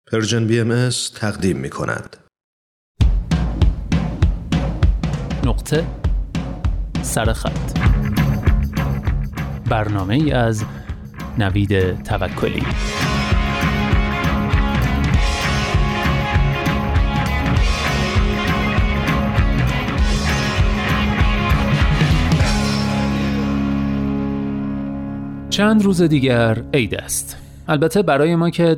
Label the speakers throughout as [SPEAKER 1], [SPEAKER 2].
[SPEAKER 1] پرژن BMS تقدیم می کند.
[SPEAKER 2] نقطه سرخط، برنامه ای از نوید توکلی. چند روز دیگر عید است. البته برای ما که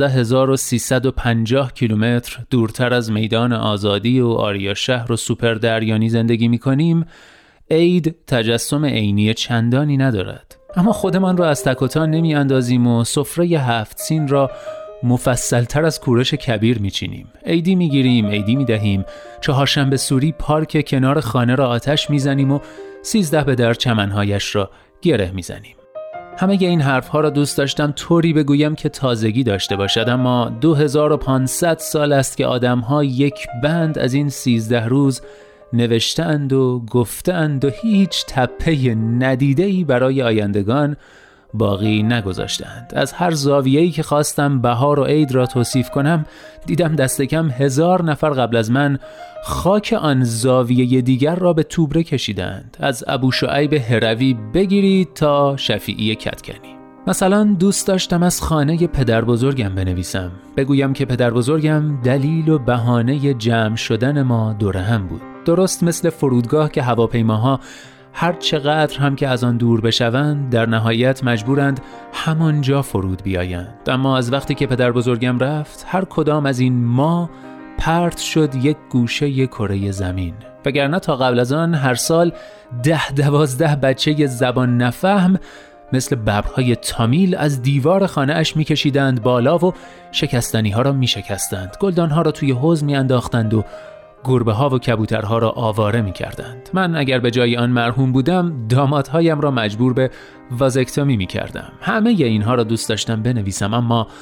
[SPEAKER 2] 12350 کیلومتر دورتر از میدان آزادی و آریا شهر و سوپر دریانی زندگی می‌کنیم، عید تجسم عینی چندانی ندارد. اما خودمان را از تک و تا نمی‌اندازیم و سفره 7 سین را مفصل‌تر از کورش کبیر می‌چینیم. عیدی می‌گیریم، عیدی می‌دهیم، چهارشنبه سوری پارک کنار خانه را آتش می‌زنیم و 13 به در چمن‌هایش را گره می‌زنیم. همه این حرفها را دوست داشتم طوری بگویم که تازگی داشته باشد، اما 2500 سال است که آدم‌ها یک بند از این 13 روز نوشتند و گفتند و هیچ تپه ندیده‌ای برای آیندگان باقی نگذاشتند. از هر زاویه‌ای که خواستم بهار و عید را توصیف کنم، دیدم دست کم 1000 نفر قبل از من خاک آن زاویه دیگر را به توبره کشیدند، از ابو شعیب هروی بگیرید تا شفیعی کدکنی. مثلا دوست داشتم از خانه پدر بزرگم بنویسم، بگویم که پدر بزرگم دلیل و بهانه جمع شدن ما دور هم بود. درست مثل فرودگاه که هواپیماها هر چقدر هم که از آن دور بشوند در نهایت مجبورند همانجا فرود بیایند. اما از وقتی که پدر بزرگم رفت، هر کدام از این ما پرت شد یک گوشه کره زمین، وگرنه تا قبل از آن هر سال 10-12 بچه زبان نفهم مثل ببرهای تامیل از دیوار خانه اش می کشیدند بالا و شکستنی ها را می شکستند، گلدان ها را توی حوض می انداختند و گربه ها و کبوترها را آواره می کردند. من اگر به جای آن مرحوم بودم، دامادهایم را مجبور به وازکتومی می کردم. همه اینها را دوست داشتم بنویسم،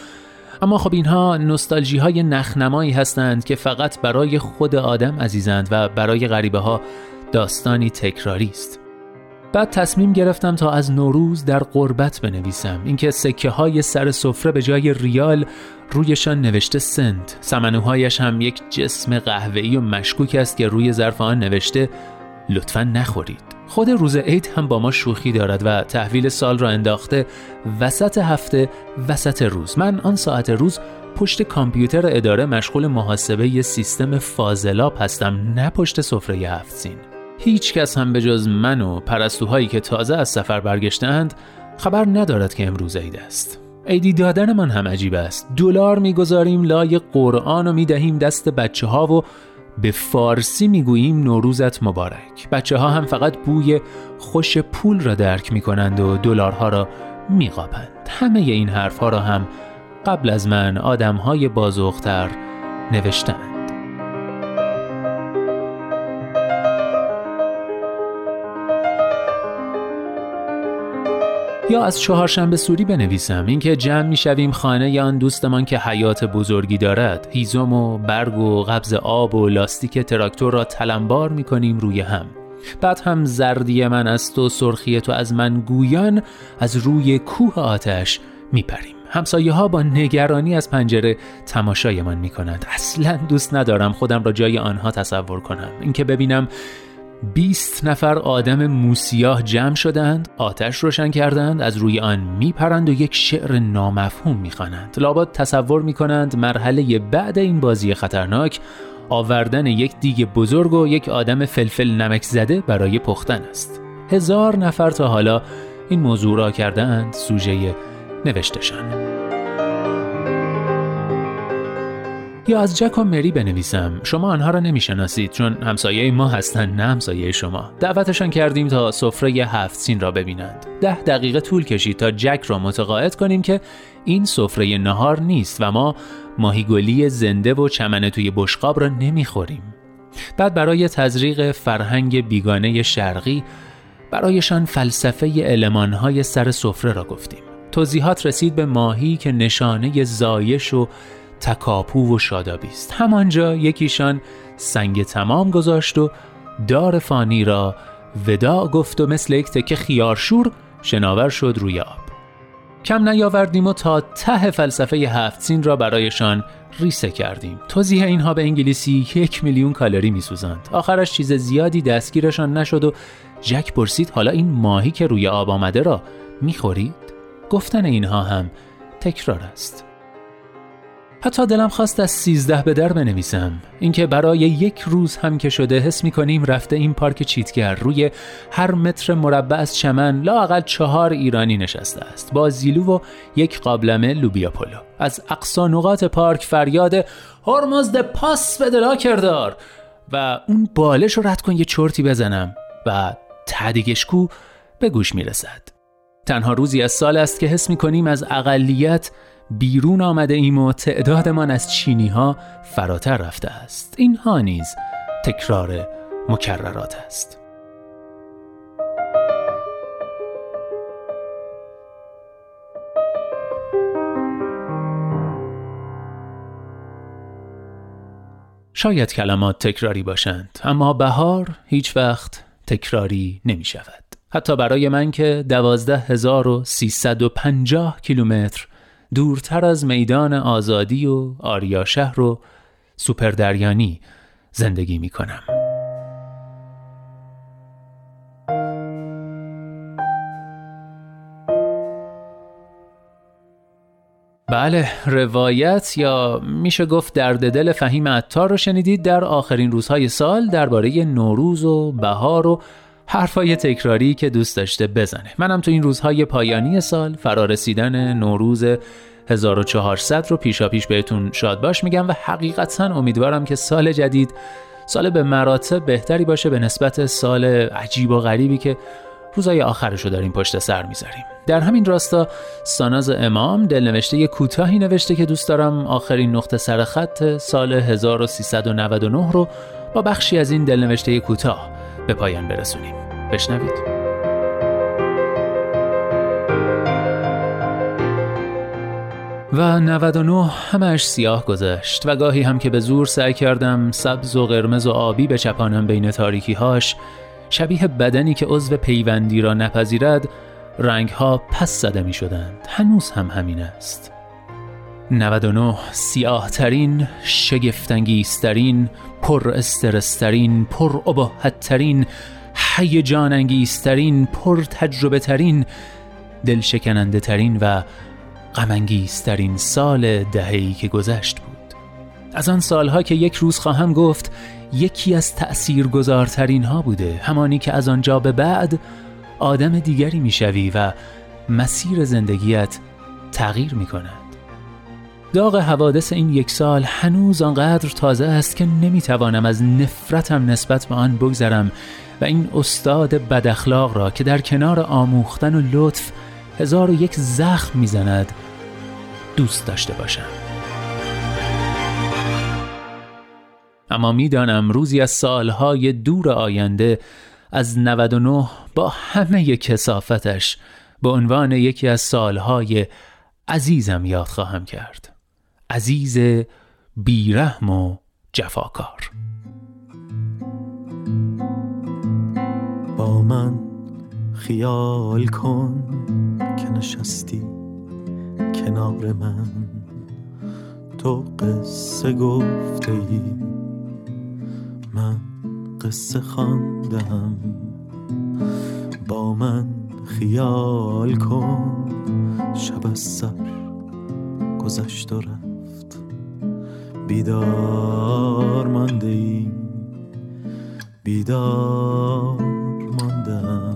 [SPEAKER 2] اما خب اینها نوستالژی های نخنمایی هستند که فقط برای خود آدم عزیزند و برای غریبه ها داستانی تکراری است. بعد تصمیم گرفتم تا از نوروز در غربت بنویسم، اینکه سکه های سر سفره به جای ریال رویشان نوشته سنت، سمنوهایش هم یک جسم قهوه‌ای و مشکوک است که روی ظرف آن نوشته لطفاً نخورید. خود روز عید هم با ما شوخی دارد و تحویل سال را انداخته وسط هفته، وسط روز. من آن ساعت روز پشت کامپیوتر اداره مشغول محاسبه ی سیستم فاضلاب هستم، نه پشت سفره 7 سین. هیچ کس هم به جز من و پرستوهایی که تازه از سفر برگشتند خبر ندارد که امروز عید است. عیدی دادن من هم عجیب است. دلار میگذاریم لای قرآن و میدهیم دست بچه ها و به فارسی میگوییم نوروزت مبارک. بچه ها هم فقط بوی خوش پول را درک میکنند و دلارها را میقاپند. همه این حرف ها را هم قبل از من آدم های بازوختر نوشتند. یا از چهارشنبه سوری بنویسم، اینکه جمع میشویم خانه آن دوستمان که حیات بزرگی دارد، هیزم و برگ و قبض آب و لاستیک تراکتور را تلمبار میکنیم روی هم. بعد هم زردی من از تو، سرخی تو از من گویان از روی کوه آتش میپریم. همسایه ها با نگرانی از پنجره تماشایمان میکنند. اصلا دوست ندارم خودم را جای آنها تصور کنم، اینکه ببینم 20 نفر آدم موسیاه جمع شدند، آتش روشن کردند، از روی آن میپرند و یک شعر نامفهوم میخوانند. لابد تصور میکنند مرحله بعد این بازی خطرناک آوردن یک دیگ بزرگ و یک آدم فلفل نمک زده برای پختن است. 1000 نفر تا حالا این موضوع را کردند سوژه نوشتشان. یا از جک و مری بنویسم. شما آنها را نمیشناسید چون همسایه ما هستند، نه همسایه شما. دعوتشان کردیم تا سفره 7 سین را ببینند. 10 دقیقه طول کشید تا جک را متقاعد کنیم که این سفره نهار نیست و ما ماهیگلی زنده و چمن توی بشقاب را نمیخوریم. بعد برای تزریق فرهنگ بیگانه شرقی برایشان فلسفه المانهای سر سفره را گفتیم. توضیحات رسید به ماهی که نشانه زایش و تکاپو و شادابی است. همانجا یکیشان سنگ تمام گذاشت و دار فانی را وداع گفت و مثل یک تکه خیارشور شناور شد روی آب. کم نیاوردیم و تا ته فلسفه 7 سین را برایشان ریسه کردیم. توضیح اینها به انگلیسی 1,000,000 کالری می‌سوزاند. آخرش چیز زیادی دستگیرشان نشد و جک پرسید حالا این ماهی که روی آب آمده را می‌خورید؟ گفتن اینها هم تکرار است. حتی دلم خواست از 13 به در بنویسم. اینکه برای یک روز هم که شده حس می‌کنیم رفته این پارک چیتگر روی هر متر مربع از چمن لااقل 4 ایرانی نشسته است با زیلو و یک قابلمه لوبیا پلو. از اقصی نقاط پارک فریاد هرمزد پاس به دلاکردار و اون بالش رو رد کن یه چرتی بزنم و تدیگشکو به گوش میرسد. تنها روزی از سال است که حس می‌کنیم از اقلیت بیرون آمده ایم و تعدادمان از چینی ها فراتر رفته است. اینها نیز تکرار مکررات است. شاید کلمات تکراری باشند، اما بهار هیچ وقت تکراری نمی شود. حتی برای من که 12,350 کیلومتر دورتر از میدان آزادی و آریا شهر و سوپردریانی زندگی می کنم. بله، روایت یا میشه گفت درد دل فهیم عطار رو شنیدید در آخرین روزهای سال درباره نوروز و بهار و حرفای تکراری که دوست داشته بزنه. منم تو این روزهای پایانی سال فرارسیدن نوروز 1400 رو پیشاپیش بهتون شاد باش میگم و حقیقتاً امیدوارم که سال جدید سال به مراتب بهتری باشه به نسبت سال عجیب و غریبی که روزهای آخرش رو داریم پشت سر میذاریم. در همین راستا ساناز امام دلنوشته کوتاهی نوشته که دوست دارم آخرین نقطه سر خط سال 1399 رو با بخشی از این دلنوشته کوتاه به پایان برسونیم. بشنوید. و 99 همش سیاه گذشت و گاهی هم که به زور سعی کردم سبز و قرمز و آبی بچپانم بین تاریکی‌هاش، شبیه بدنی که عضو پیوندی را نپذیرد، رنگ‌ها پس زده می‌شدند. هنوز هم همین است. 99 سیاه‌ترین، شگفت‌انگیزترین، پر استرس‌ترین، پر اباحت‌ترین، هیجان انگیزترین، پر تجربه ترین، دلشکننده ترین و غم انگیزترین سال دهه‌ای که گذشت بود. از آن سالها که یک روز خواهم گفت یکی از تأثیرگذارترین ها بوده، همانی که از آنجا به بعد آدم دیگری میشوی و مسیر زندگیت تغییر میکند. داغ حوادث این یک سال هنوز آنقدر تازه است که نمیتوانم از نفرتم نسبت به آن بگذرم و این استاد بد اخلاق را که در کنار آموختن و لطف 1001 زخم میزند دوست داشته باشم. اما میدانم روزی از سالهای دور آینده از 99 با همه کثافتش به عنوان یکی از سالهای عزیزم یاد خواهم کرد. عزیز بیرحم و جفاکار.
[SPEAKER 3] با من خیال کن که نشستی کنار من، تو قصه گفته ای من قصه خواندم. با من خیال کن شب از سر گذشت و رفت، بیدار مانده ای بیدار ماندم.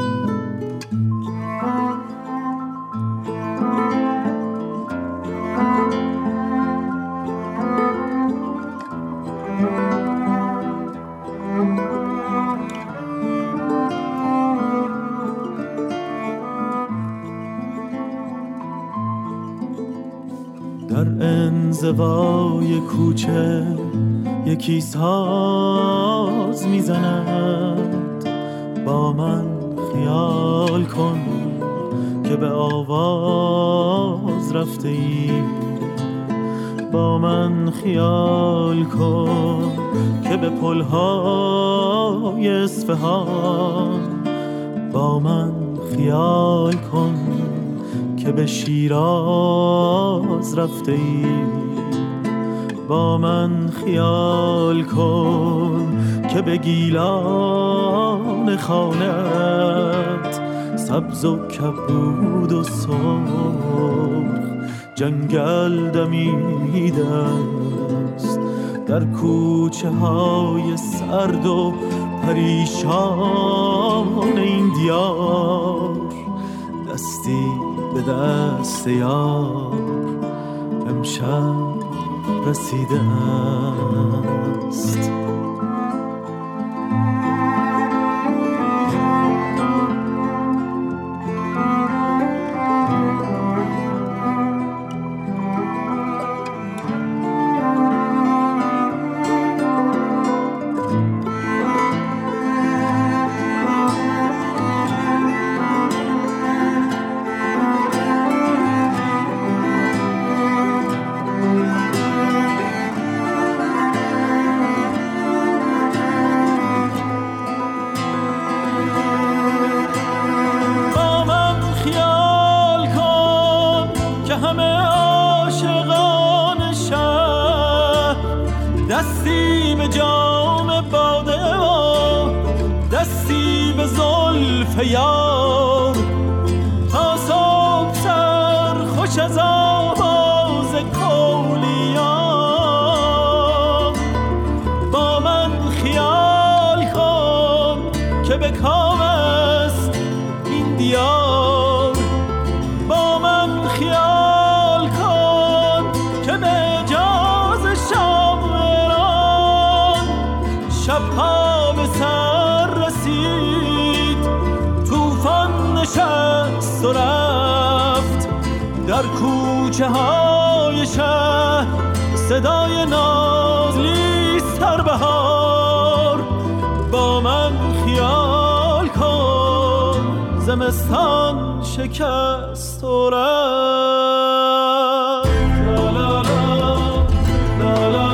[SPEAKER 3] در انزوای کوچه یکی ساز میزند، با من خیال کن که به آواز رفته ای. با من خیال کن که به پلهای اصفهان، با من خیال کن که به شیراز رفته ای، با من خیال کن که به گیلان خانت سبز و کبود و سرخ جنگل دمیده است. در کوچه های سرد و پریشان این دیار دستی به دست یار امشب رسیده است. دستی به جام باده و دستی به زلف یار، تا صبح سر خوش از آواز کولیان. با من خیال کن که به کام است این دیار، با من خیال کن که به جاز شامران شبها به سر رسید، توفان نشست و رفت در کوچه های شهر، صدای نازلیست هر بهار. با من خیال کن زمستان شکست و رفت. لا لا لا لا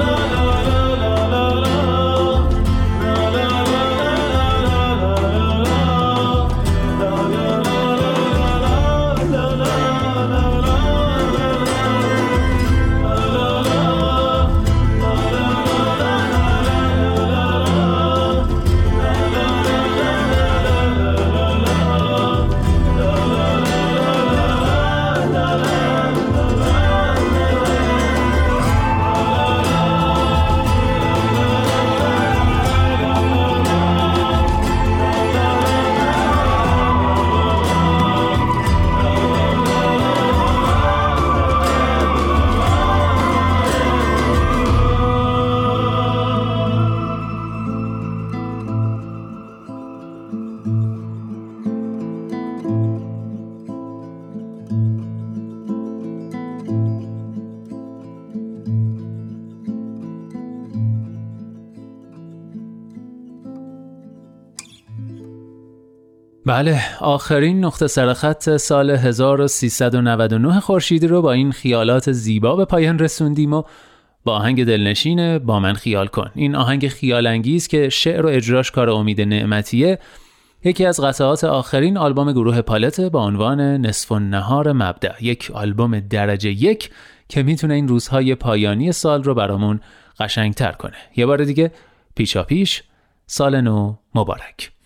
[SPEAKER 2] بله، آخرین نقطه سرخط سال 1399 خورشیدی رو با این خیالات زیبا به پایان رسوندیم و با آهنگ دلنشین با من خیال کن. این آهنگ خیال انگیز که شعر و اجراش کار امید نعمتیه، یکی از قطعات آخرین آلبوم گروه پالت با عنوان نصف النهار مبدأ، یک آلبوم درجه 1 که میتونه این روزهای پایانی سال رو برامون قشنگتر کنه. یه بار دیگه پیشا پیش سال نو مبارک.